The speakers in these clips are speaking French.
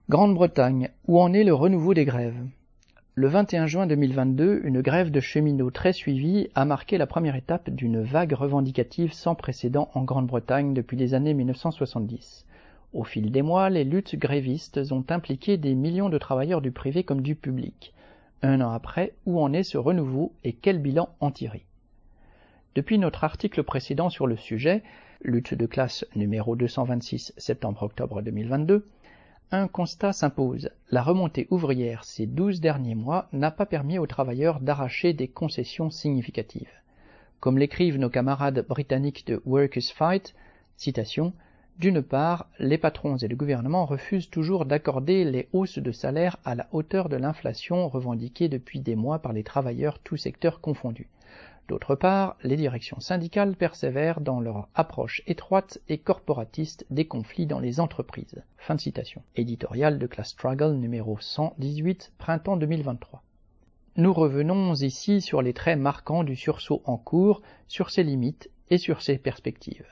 Grande-Bretagne, où en est le renouveau des grèves? Le 21 juin 2022, une grève de cheminots très suivie a marqué la première étape d'une vague revendicative sans précédent en Grande-Bretagne depuis les années 1970. Au fil des mois, les luttes grévistes ont impliqué des millions de travailleurs du privé comme du public. Un an après, où en est ce renouveau et quel bilan en tirer? Depuis notre article précédent sur le sujet, lutte de classe numéro 226 septembre-octobre 2022, un constat s'impose. La remontée ouvrière ces 12 derniers mois n'a pas permis aux travailleurs d'arracher des concessions significatives. Comme l'écrivent nos camarades britanniques de Workers' Fight, citation, « D'une part, les patrons et le gouvernement refusent toujours d'accorder les hausses de salaire à la hauteur de l'inflation revendiquée depuis des mois par les travailleurs tous secteurs confondus. D'autre part, les directions syndicales persévèrent dans leur approche étroite et corporatiste des conflits dans les entreprises. » Fin de citation. Éditorial de Class Struggle numéro 118, printemps 2023. Nous revenons ici sur les traits marquants du sursaut en cours, sur ses limites et sur ses perspectives.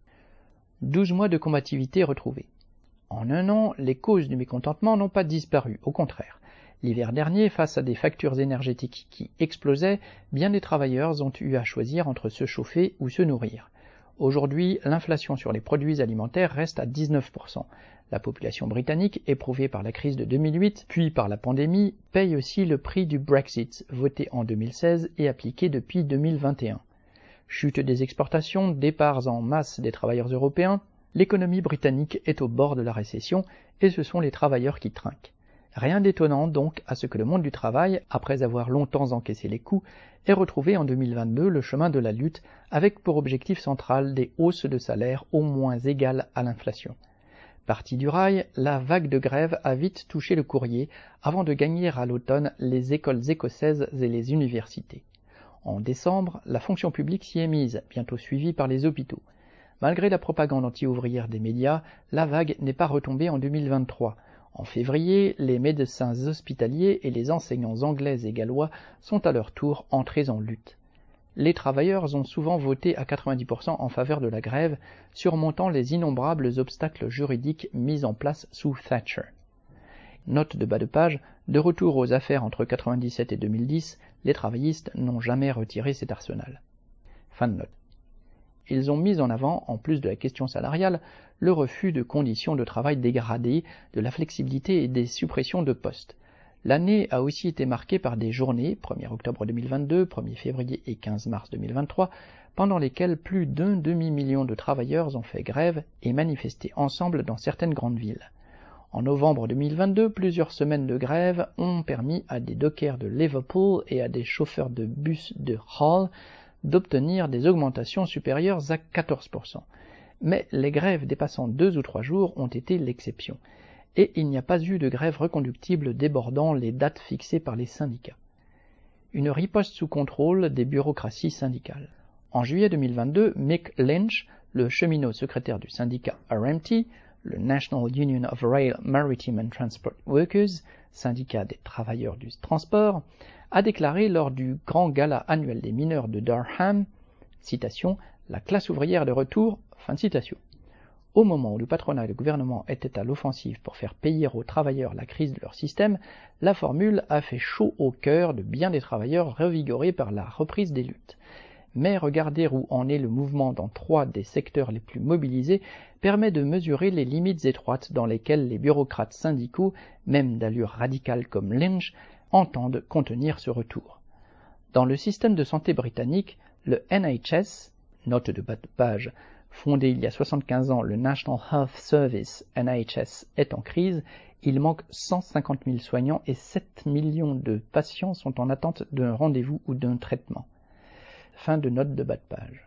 12 mois de combativité retrouvée. En un an, les causes du mécontentement n'ont pas disparu, au contraire. L'hiver dernier, face à des factures énergétiques qui explosaient, bien des travailleurs ont eu à choisir entre se chauffer ou se nourrir. Aujourd'hui, l'inflation sur les produits alimentaires reste à 19%. La population britannique, éprouvée par la crise de 2008, puis par la pandémie, paye aussi le prix du Brexit, voté en 2016 et appliqué depuis 2021. Chute des exportations, départs en masse des travailleurs européens, l'économie britannique est au bord de la récession et ce sont les travailleurs qui trinquent. Rien d'étonnant donc à ce que le monde du travail, après avoir longtemps encaissé les coups, ait retrouvé en 2022 le chemin de la lutte avec pour objectif central des hausses de salaire au moins égales à l'inflation. Partie du rail, la vague de grève a vite touché le courrier avant de gagner à l'automne les écoles écossaises et les universités. En décembre, la fonction publique s'y est mise, bientôt suivie par les hôpitaux. Malgré la propagande anti-ouvrière des médias, la vague n'est pas retombée en 2023. En février, les médecins hospitaliers et les enseignants anglais et gallois sont à leur tour entrés en lutte. Les travailleurs ont souvent voté à 90% en faveur de la grève, surmontant les innombrables obstacles juridiques mis en place sous Thatcher. Note de bas de page, de retour aux affaires entre 1997 et 2010, les travaillistes n'ont jamais retiré cet arsenal. Fin de note. Ils ont mis en avant, en plus de la question salariale, le refus de conditions de travail dégradées, de la flexibilité et des suppressions de postes. L'année a aussi été marquée par des journées, 1er octobre 2022, 1er février et 15 mars 2023, pendant lesquelles plus d'1 demi-million de travailleurs ont fait grève et manifesté ensemble dans certaines grandes villes. En novembre 2022, plusieurs semaines de grève ont permis à des dockers de Liverpool et à des chauffeurs de bus de Hull d'obtenir des augmentations supérieures à 14%. Mais les grèves dépassant 2 ou 3 jours ont été l'exception, et il n'y a pas eu de grève reconductible débordant les dates fixées par les syndicats. Une riposte sous contrôle des bureaucraties syndicales. En juillet 2022, Mick Lynch, le cheminot secrétaire du syndicat RMT, le National Union of Rail, Maritime and Transport Workers, syndicat des travailleurs du transport, a déclaré lors du grand gala annuel des mineurs de Durham, citation, « La classe ouvrière de retour », fin de citation. Au moment où le patronat et le gouvernement étaient à l'offensive pour faire payer aux travailleurs la crise de leur système, la formule a fait chaud au cœur de bien des travailleurs revigorés par la reprise des luttes. Mais regarder où en est le mouvement dans 3 des secteurs les plus mobilisés permet de mesurer les limites étroites dans lesquelles les bureaucrates syndicaux, même d'allure radicale comme Lynch, entendent contenir ce retour. Dans le système de santé britannique, le NHS, note de bas de page, fondé il y a 75 ans, le National Health Service, NHS, est en crise, il manque 150 000 soignants et 7 millions de patients sont en attente d'un rendez-vous ou d'un traitement. Fin de note de bas de page.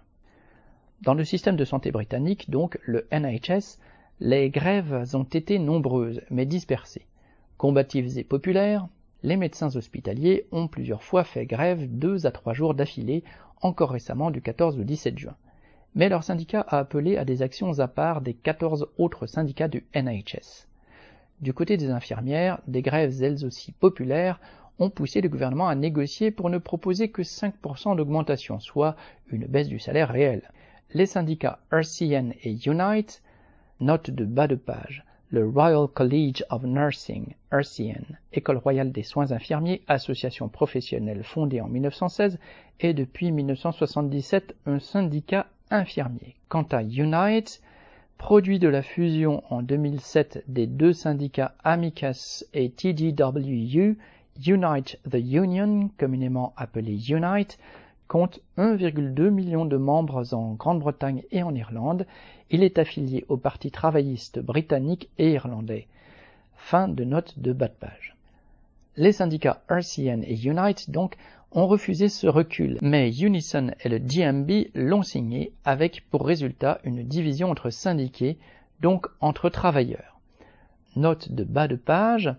Dans le système de santé britannique, donc le NHS, les grèves ont été nombreuses mais dispersées. Combatives et populaires, les médecins hospitaliers ont plusieurs fois fait grève 2 à 3 jours d'affilée, encore récemment du 14 au 17 juin. Mais leur syndicat a appelé à des actions à part des 14 autres syndicats du NHS. Du côté des infirmières, des grèves elles aussi populaires ont poussé le gouvernement à négocier pour ne proposer que 5% d'augmentation, soit une baisse du salaire réel. Les syndicats RCN et Unite, note de bas de page, le Royal College of Nursing, RCN, École royale des soins infirmiers, association professionnelle fondée en 1916, est depuis 1977 un syndicat infirmier. Quant à Unite, produit de la fusion en 2007 des deux syndicats Amicus et TDWU, Unite the Union, communément appelé Unite, compte 1,2 million de membres en Grande-Bretagne et en Irlande. Il est affilié au Parti travailliste britannique et irlandais. Fin de note de bas de page. Les syndicats RCN et Unite, donc, ont refusé ce recul, mais Unison et le DMB l'ont signé avec pour résultat une division entre syndiqués, donc entre travailleurs. Note de bas de page,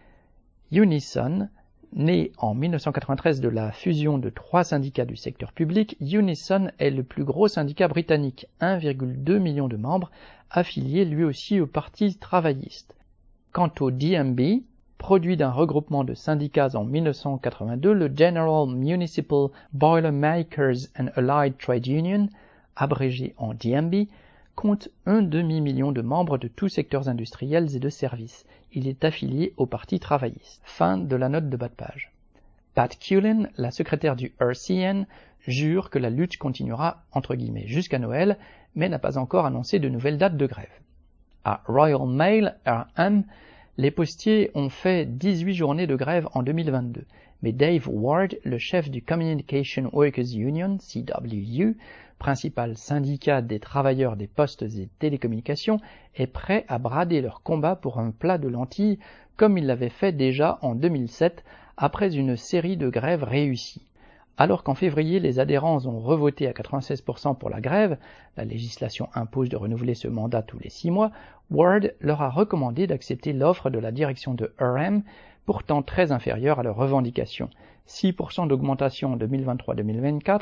Unison, né en 1993 de la fusion de 3 syndicats du secteur public, Unison est le plus gros syndicat britannique, 1,2 million de membres, affilié lui aussi au Parti travailliste. Quant au DMB, produit d'un regroupement de syndicats en 1982, le General Municipal Boilermakers and Allied Trade Union, abrégé en DMB, compte un demi-million de membres de tous secteurs industriels et de services. Il est affilié au Parti travailliste. Fin de la note de bas de page. Pat Cullen, la secrétaire du RCN, jure que la lutte continuera entre guillemets jusqu'à Noël, mais n'a pas encore annoncé de nouvelles dates de grève. À Royal Mail, RM, les postiers ont fait 18 journées de grève en 2022, mais Dave Ward, le chef du Communication Workers Union, CWU, principal syndicat des travailleurs des postes et télécommunications, est prêt à brader leur combat pour un plat de lentilles, comme il l'avait fait déjà en 2007, après une série de grèves réussies. Alors qu'en février, les adhérents ont revoté à 96% pour la grève, la législation impose de renouveler ce mandat tous les 6 mois, Ward leur a recommandé d'accepter l'offre de la direction de RM, pourtant très inférieure à leurs revendications. 6% d'augmentation en 2023-2024,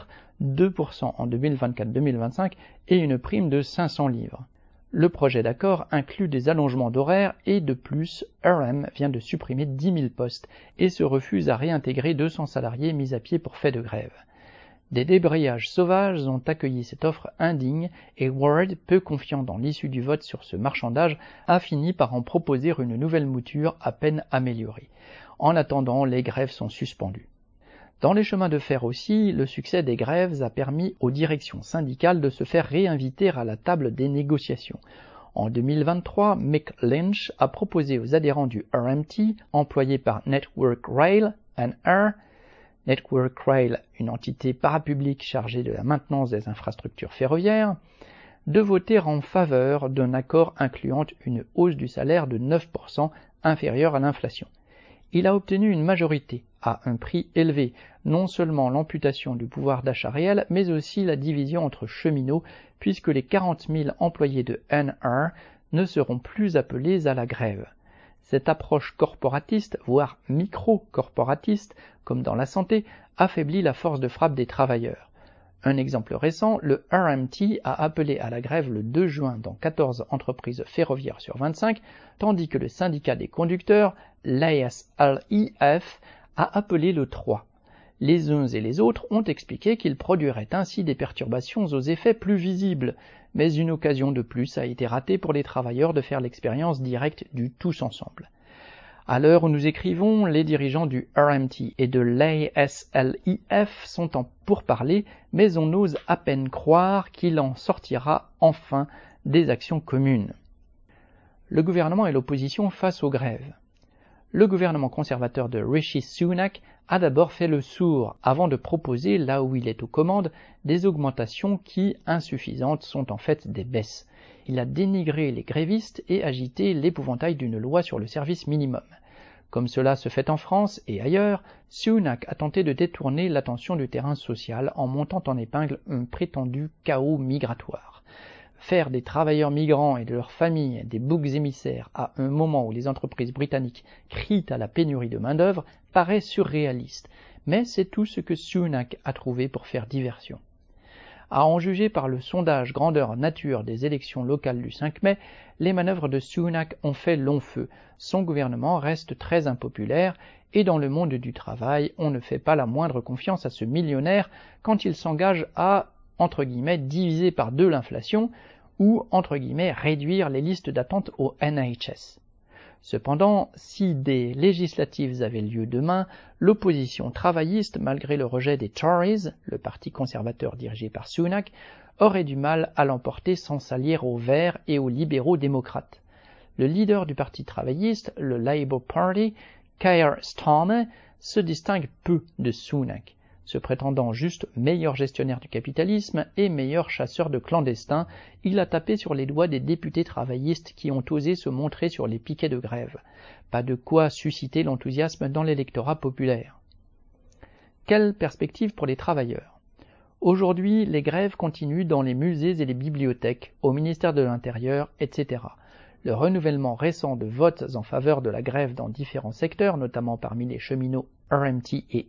2% en 2024-2025 et une prime de 500 livres. Le projet d'accord inclut des allongements d'horaires et de plus, RM vient de supprimer 10 000 postes et se refuse à réintégrer 200 salariés mis à pied pour fait de grève. Des débrayages sauvages ont accueilli cette offre indigne et Ward, peu confiant dans l'issue du vote sur ce marchandage, a fini par en proposer une nouvelle mouture à peine améliorée. En attendant, les grèves sont suspendues. Dans les chemins de fer aussi, le succès des grèves a permis aux directions syndicales de se faire réinviter à la table des négociations. En 2023, Mick Lynch a proposé aux adhérents du RMT, employé par Network Rail, NR, Network Rail, une entité parapublique chargée de la maintenance des infrastructures ferroviaires, de voter en faveur d'un accord incluant une hausse du salaire de 9% inférieure à l'inflation. Il a obtenu une majorité, à un prix élevé, non seulement l'amputation du pouvoir d'achat réel, mais aussi la division entre cheminots, puisque les 40 000 employés de NR ne seront plus appelés à la grève. Cette approche corporatiste, voire micro-corporatiste, comme dans la santé, affaiblit la force de frappe des travailleurs. Un exemple récent, le RMT a appelé à la grève le 2 juin dans 14 entreprises ferroviaires sur 25, tandis que le syndicat des conducteurs, l'ASLIF, a appelé le 3. Les uns et les autres ont expliqué qu'ils produiraient ainsi des perturbations aux effets plus visibles, mais une occasion de plus a été ratée pour les travailleurs de faire l'expérience directe du tous ensemble. À l'heure où nous écrivons, les dirigeants du RMT et de l'ASLIF sont en pourparlers, mais on ose à peine croire qu'il en sortira enfin des actions communes. Le gouvernement et l'opposition face aux grèves. Le gouvernement conservateur de Rishi Sunak a d'abord fait le sourd avant de proposer, là où il est aux commandes, des augmentations qui, insuffisantes, sont en fait des baisses. Il a dénigré les grévistes et agité l'épouvantail d'une loi sur le service minimum. Comme cela se fait en France et ailleurs, Sunak a tenté de détourner l'attention du terrain social en montant en épingle un prétendu chaos migratoire. Faire des travailleurs migrants et de leurs familles des boucs émissaires à un moment où les entreprises britanniques crient à la pénurie de main-d'œuvre paraît surréaliste, mais c'est tout ce que Sunak a trouvé pour faire diversion. À en juger par le sondage grandeur nature des élections locales du 5 mai, les manœuvres de Sunak ont fait long feu. Son gouvernement reste très impopulaire et dans le monde du travail, on ne fait pas la moindre confiance à ce millionnaire quand il s'engage à, entre guillemets, diviser par 2 l'inflation, ou, entre guillemets, réduire les listes d'attente au NHS. Cependant, si des législatives avaient lieu demain, l'opposition travailliste, malgré le rejet des Tories, le parti conservateur dirigé par Sunak, aurait du mal à l'emporter sans s'allier aux Verts et aux libéraux démocrates. Le leader du parti travailliste, le Labour Party, Keir Starmer, se distingue peu de Sunak. Se prétendant juste meilleur gestionnaire du capitalisme et meilleur chasseur de clandestins, il a tapé sur les doigts des députés travaillistes qui ont osé se montrer sur les piquets de grève. Pas de quoi susciter l'enthousiasme dans l'électorat populaire. Quelle perspective pour les travailleurs? Aujourd'hui, les grèves continuent dans les musées et les bibliothèques, au ministère de l'Intérieur, etc. Le renouvellement récent de votes en faveur de la grève dans différents secteurs, notamment parmi les cheminots RMT et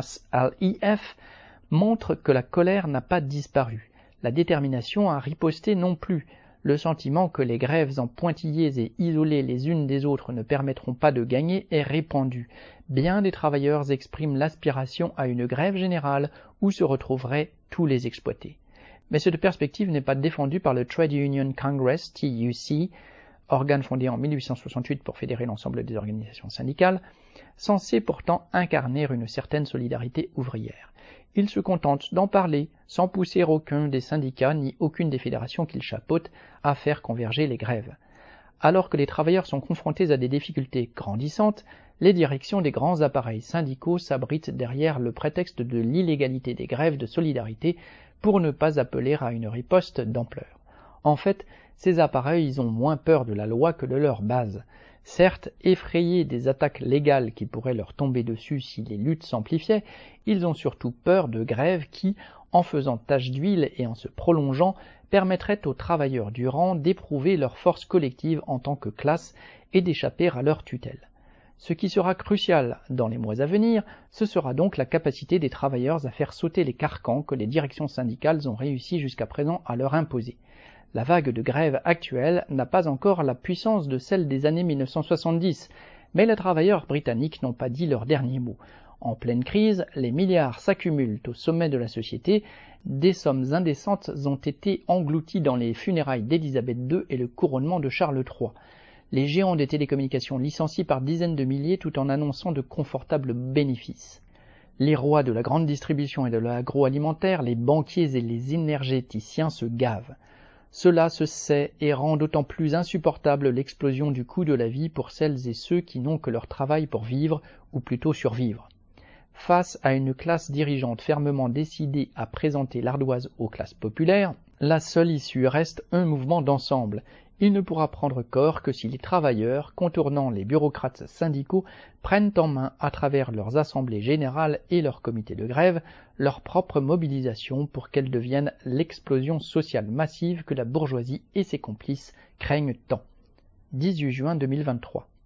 ASLEF, montre que la colère n'a pas disparu, la détermination à riposter non plus. Le sentiment que les grèves en pointillés et isolées les unes des autres ne permettront pas de gagner est répandu. Bien des travailleurs expriment l'aspiration à une grève générale où se retrouveraient tous les exploités. Mais cette perspective n'est pas défendue par le Trade Union Congress, TUC, organe fondé en 1868 pour fédérer l'ensemble des organisations syndicales, censé pourtant incarner une certaine solidarité ouvrière. Il se contente d'en parler, sans pousser aucun des syndicats ni aucune des fédérations qu'il chapeaute à faire converger les grèves. Alors que les travailleurs sont confrontés à des difficultés grandissantes, les directions des grands appareils syndicaux s'abritent derrière le prétexte de l'illégalité des grèves de solidarité pour ne pas appeler à une riposte d'ampleur. En fait, ces appareils ont moins peur de la loi que de leur base. Certes, effrayés des attaques légales qui pourraient leur tomber dessus si les luttes s'amplifiaient, ils ont surtout peur de grèves qui, en faisant tache d'huile et en se prolongeant, permettraient aux travailleurs du rang d'éprouver leur force collective en tant que classe et d'échapper à leur tutelle. Ce qui sera crucial dans les mois à venir, ce sera donc la capacité des travailleurs à faire sauter les carcans que les directions syndicales ont réussi jusqu'à présent à leur imposer. La vague de grève actuelle n'a pas encore la puissance de celle des années 1970, mais les travailleurs britanniques n'ont pas dit leur dernier mot. En pleine crise, les milliards s'accumulent au sommet de la société, des sommes indécentes ont été englouties dans les funérailles d'Élisabeth II et le couronnement de Charles III. Les géants des télécommunications licencient par dizaines de milliers tout en annonçant de confortables bénéfices. Les rois de la grande distribution et de l'agroalimentaire, les banquiers et les énergéticiens se gavent. Cela se sait et rend d'autant plus insupportable l'explosion du coût de la vie pour celles et ceux qui n'ont que leur travail pour vivre, ou plutôt survivre. Face à une classe dirigeante fermement décidée à présenter l'ardoise aux classes populaires, la seule issue reste un mouvement d'ensemble. Il ne pourra prendre corps que si les travailleurs, contournant les bureaucrates syndicaux, prennent en main, à travers leurs assemblées générales et leurs comités de grève, leur propre mobilisation pour qu'elle devienne l'explosion sociale massive que la bourgeoisie et ses complices craignent tant. 18 juin 2023.